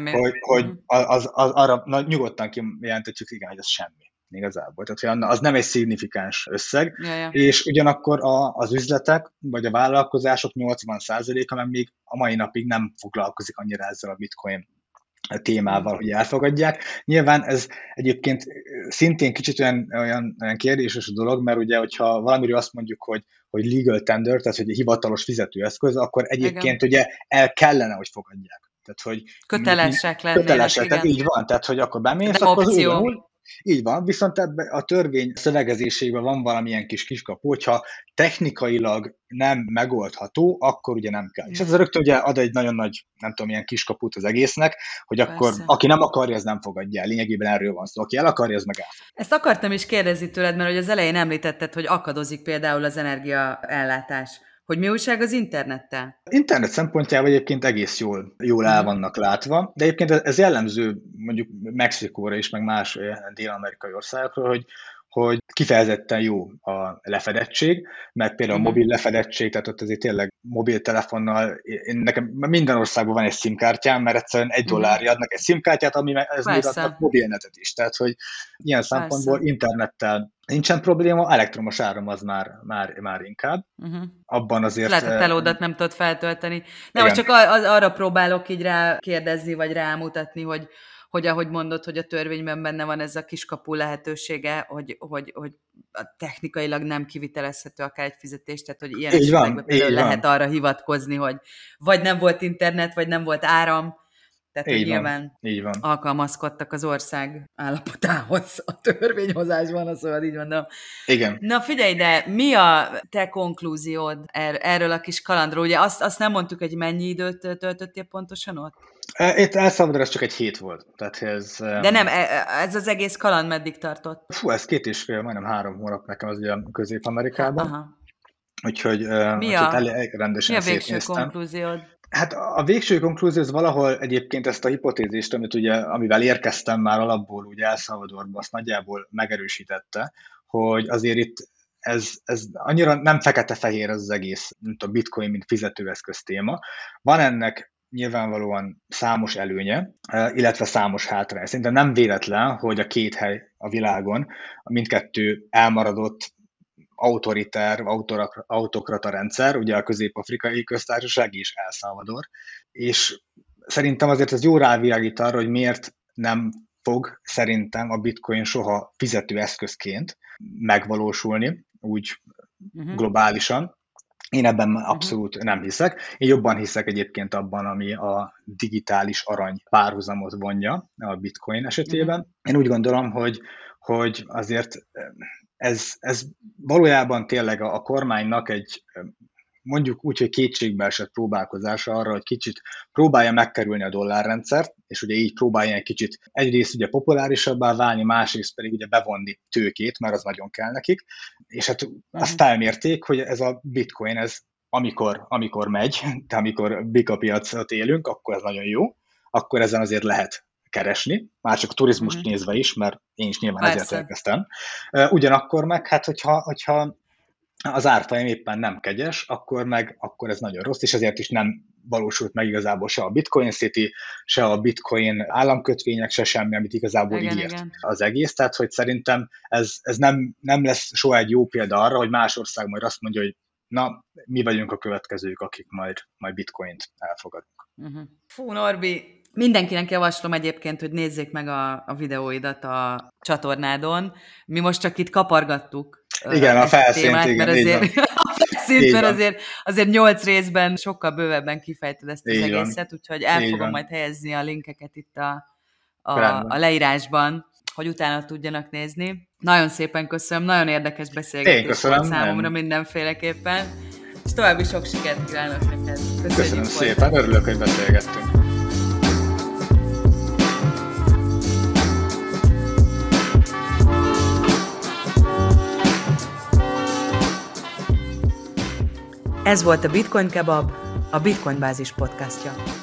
arra nyugodtan kijelentetjük, igen, hogy ez semmi igazából. Tehát, hogy az nem egy szignifikáns összeg, és ugyanakkor az üzletek, vagy a vállalkozások 80%-a meg még a mai napig nem foglalkozik annyira ezzel a bitcoin témával, hogy elfogadják. Nyilván ez egyébként szintén kicsit olyan kérdéses a dolog, mert ugye, hogyha valamiről azt mondjuk, hogy legal tender, tehát hogy hivatalos fizetőeszköz, akkor egyébként ugye el kellene, hogy fogadják. Tehát, hogy kötelesek lennének. Tehát így van, tehát hogy akkor bemész, akkor az ugyanúgy. Így van, viszont ebben a törvény szövegezésében van valamilyen kis kiskapu, hogyha technikailag nem megoldható, akkor ugye nem kell. És ez rögtön ugye ad egy nagyon nagy, nem tudom, ilyen kiskaput az egésznek, hogy akkor persze, aki nem akarja, az nem fogadja el. Lényegében erről van szó. Aki el akarja, az meg el. Ezt akartam is kérdezni tőled, mert hogy az elején említetted, hogy akadozik például az energiaellátás. Hogy mi újság az internettel? Internet szempontjából egyébként egész jól el vannak látva, de egyébként ez jellemző mondjuk Mexikóra is, meg más dél-amerikai országokra, hogy kifejezetten jó a lefedettség, mert például a mobil lefedettség, tehát ott azért tényleg mobiltelefonnal, nekem minden országban van egy SIM-kártyám, mert egyszerűen $1 adnak egy SIM-kártyát, ami ez még adnak mobilnetet is. Tehát, hogy ilyen szempontból internettel nincsen probléma, elektromos áram az már inkább. Abban azért... Lehet, a telódat nem tudod feltölteni. Nem, most csak arra próbálok így rá kérdezni, vagy rámutatni, hogy ahogy mondod, hogy a törvényben benne van ez a kiskapu lehetősége, hogy technikailag nem kivitelezhető akár egy fizetés, tehát hogy ilyen esetekben például lehet arra hivatkozni, hogy vagy nem volt internet, vagy nem volt áram, tehát hogy nyilván alkalmazkodtak az ország állapotához a törvényhozásban, szóval így mondom. Igen. Na figyelj, de mi a te konklúziód erről a kis kalandról? Ugye azt nem mondtuk, hogy mennyi időt töltöttél pontosan ott? Itt El Salvador ez csak egy hét volt. Tehát ez, de nem, ez az egész kaland meddig tartott? Ez 2,5, majdnem 3 hónap nekem az ugye Közép-Amerikában. Aha. Úgyhogy elég rendesen szétnéztem. Mi a végső konklúziód? Hát a végső konklúzió az valahol egyébként ezt a hipotézist, amivel érkeztem már alapból ugye El Salvadorba, azt nagyjából megerősítette, hogy azért itt ez annyira nem fekete-fehér az egész, mint a bitcoin, mint fizetőeszköz téma. Van ennek nyilvánvalóan számos előnye, illetve számos hátrány. Szerintem nem véletlen, hogy a két hely a világon, mindkettő elmaradott autoritár, autokrata rendszer, ugye a Közép-Afrikai Köztársaság és El Salvador, és szerintem azért ez jó rávilágít arra, hogy miért nem fog szerintem a bitcoin soha fizetőeszközként megvalósulni, úgy globálisan. Én ebben abszolút nem hiszek. Én jobban hiszek egyébként abban, ami a digitális arany párhuzamot vonja a bitcoin esetében. Én úgy gondolom, hogy azért ez valójában tényleg a kormánynak egy, mondjuk úgy, hogy kétségbeesett próbálkozása arra, hogy kicsit próbálja megkerülni a dollárrendszert, és ugye így próbálja egy kicsit egyrészt ugye populárisabbá válni, másrészt pedig ugye bevonni tőkét, mert az nagyon kell nekik, és hát azt felmérték, hogy ez a bitcoin, ez amikor megy, de amikor bika piacot élünk, akkor ez nagyon jó, akkor ezen azért lehet keresni, már csak a turizmust nézve is, mert én is nyilván ezért elkezdtem. Ugyanakkor meg, hát hogyha az árfolyam éppen nem kegyes, akkor ez nagyon rossz, és ezért is nem valósult meg igazából se a Bitcoin City, se a Bitcoin államkötvények, se semmi, amit igazából ígért az egész. Tehát, hogy szerintem ez nem lesz soha egy jó példa arra, hogy más ország majd azt mondja, hogy na, mi vagyunk a következők, akik majd Bitcoint elfogadunk. Fú, Norbi, mindenkinek javaslom egyébként, hogy nézzék meg a videóidat a csatornádon. Mi most csak itt kapargattuk. Igen, a felszínt, témát, igen, mert azért 8 részben sokkal bővebben kifejted ezt az egészet, úgyhogy el fogom majd helyezni a linkeket itt a leírásban, hogy utána tudjanak nézni. Nagyon szépen köszönöm, nagyon érdekes beszélgetés volt számomra mindenféleképpen, és további sok sikert kívánok neked. Köszönöm szépen, örülök, hogy beszélgettünk. Ez volt a Bitcoin Kebab, a Bitcoin Bázis podcastja.